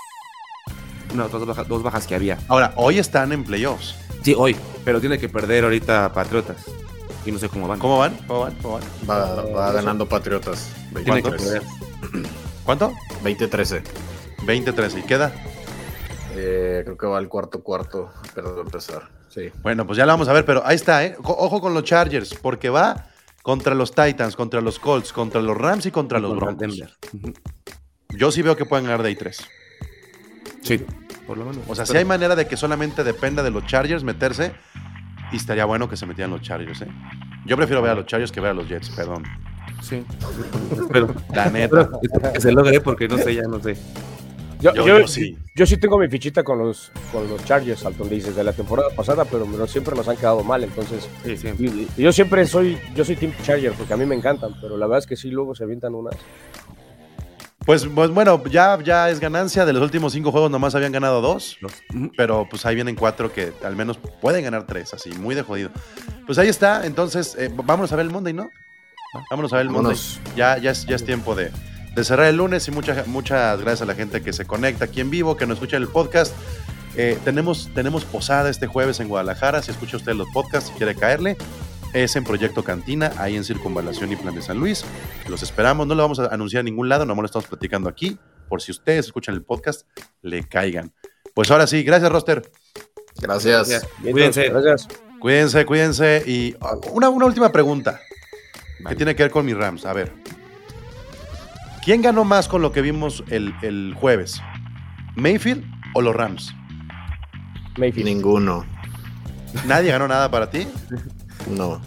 No, otras dos, bajas, dos bajas que había. Ahora, hoy están en playoffs. Sí, hoy. Pero tiene que perder ahorita Patriotas. Y no sé cómo van. ¿Cómo van? ¿Cómo van? ¿Cómo van? Va, va ganando Patriotas. Tiene que veintitrés. perder. ¿Cuánto? veinte trece. veinte trece. ¿Y queda? Eh, creo que va al cuarto cuarto. Perdón, empezar. Sí. Bueno, pues ya lo vamos a ver, pero ahí está, ¿eh? O- Ojo con los Chargers, porque va contra los Titans, contra los Colts, contra los Rams y contra los Contra Broncos. Denver. Ujú. Yo sí veo que pueden ganar de ahí tres. Sí, por lo menos. O sea, si hay manera de que solamente dependa de los Chargers meterse, y estaría bueno que se metieran los Chargers, ¿eh? Yo prefiero ver a los Chargers que ver a los Jets, perdón. Sí. Espero. La neta. Espero que se logre porque no sé, ya no sé. Yo, Yo- yo, yo sí. yo sí tengo mi fichita con los, con los Chargers, Alton, dices, de la temporada pasada, pero no- siempre nos han quedado mal, entonces... Sí, sí. y- y yo siempre soy, yo soy Team Charger, porque a mí me encantan, pero la verdad es que sí, luego se avientan unas... Pues, pues bueno, ya, ya es ganancia. De los últimos cinco juegos nomás habían ganado dos. Ujú. Pero pues ahí vienen cuatro que al menos pueden ganar tres, así, muy de jodido. Pues ahí está, entonces, eh, vámonos a ver el Monday, ¿no? Vámonos a ver el Vámonos. Monday. Ya, ya, es, ya es tiempo de, de cerrar el lunes y muchas muchas gracias a la gente que se conecta aquí en vivo, que nos escucha en el podcast. Eh, tenemos, tenemos posada este jueves en Guadalajara, si escucha usted los podcasts, si quiere caerle. Es en Proyecto Cantina, ahí en Circunvalación y Plan de San Luis. Los esperamos, no lo vamos a anunciar en ningún lado, nomás lo estamos platicando aquí, por si ustedes escuchan el podcast, le caigan. Pues ahora sí, gracias, Roster. Gracias. Bien, Cuídense. Gracias. Cuídense, cuídense. Y uh, una, una última pregunta que Vale. tiene que ver con mis Rams. A ver, ¿quién ganó más con lo que vimos el, el jueves? ¿Mayfield o los Rams? Mayfield. Ninguno. ¿Nadie ganó nada para ti? No.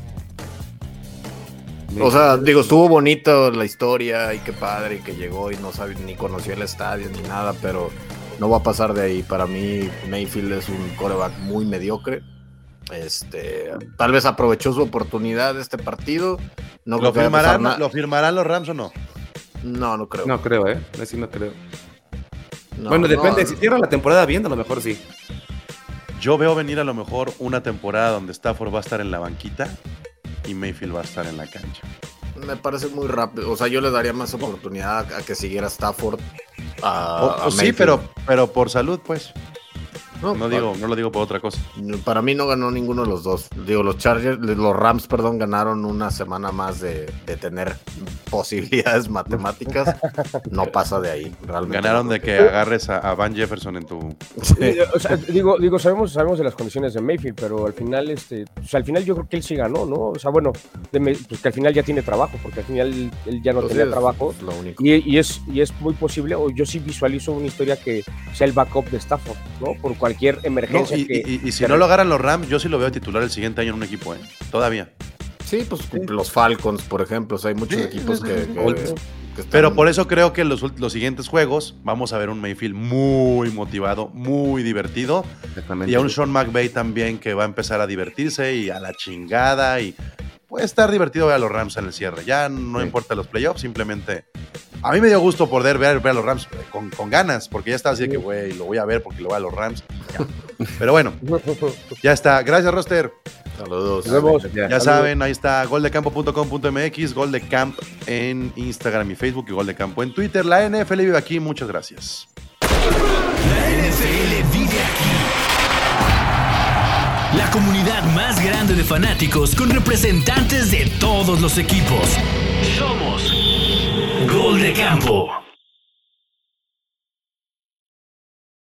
O sea, digo, estuvo bonito la historia y qué padre que llegó y no sabe, ni conoció el estadio ni nada, pero no va a pasar de ahí. Para mí, Mayfield es un quarterback muy mediocre. Este, tal vez aprovechó su oportunidad este partido. No creo ¿Lo que vaya a pasar firmarán, nada. ¿Lo firmarán los Rams o no? No, no creo. No creo, ¿eh? Así no creo. No, bueno, depende. no. Si cierra la temporada bien, a lo mejor sí. Yo veo venir a lo mejor una temporada donde Stafford va a estar en la banquita y Mayfield va a estar en la cancha. Me parece muy rápido. O sea, yo le daría más oportunidad a que siguiera Stafford. A, O- a o sí, Mayfield. pero, pero por salud, pues. No, No, digo, no lo digo por otra cosa. Para mí no ganó ninguno de los dos. Digo, los Chargers, los Rams, perdón, ganaron una semana más de, de tener posibilidades matemáticas. No pasa de ahí. Realmente Ganaron no de creo que agarres a, a Van Jefferson en tu... Sí. Eh, o sea, digo, digo sabemos, sabemos de las condiciones de Mayfield, pero al final, este, o sea, al final yo creo que él sí ganó, ¿no? O sea, bueno, de May- pues que al final ya tiene trabajo, porque al final él, él ya no Pues tenía sí, es trabajo. Lo único. Y, y es, y es muy posible, o yo sí visualizo una historia que sea el backup de Stafford, ¿no? Por cualquier No, emergencia y, que... y- y si no lo agarran los Rams, yo sí lo veo titular el siguiente año en un equipo, ¿eh? Todavía. Sí, pues los Falcons, por ejemplo. O sea, hay muchos Sí, equipos sí, que, sí, sí. que- que están- Pero por eso creo que los, ult- los siguientes juegos vamos a ver un Mayfield muy motivado, muy divertido. Exactamente. Y a un Sean McVay también que va a empezar a divertirse y a la chingada. Y puede estar divertido ver a los Rams en el cierre. Ya no Sí. importa los playoffs, simplemente... A mí me dio gusto poder ver, ver a los Rams con, con ganas, porque ya estaba así de que, güey, lo voy a ver porque lo voy a los Rams. Ya. Pero bueno, ya está. Gracias, Roster. Saludos. Nos vemos. Ya Saludos. saben, ahí está goldecampo punto com punto m x, Goldecamp en Instagram y Facebook y Goldecampo en Twitter. La N F L vive aquí, muchas gracias. La N F L vive aquí. La comunidad más grande de fanáticos con representantes de todos los equipos. Somos Gol de Campo.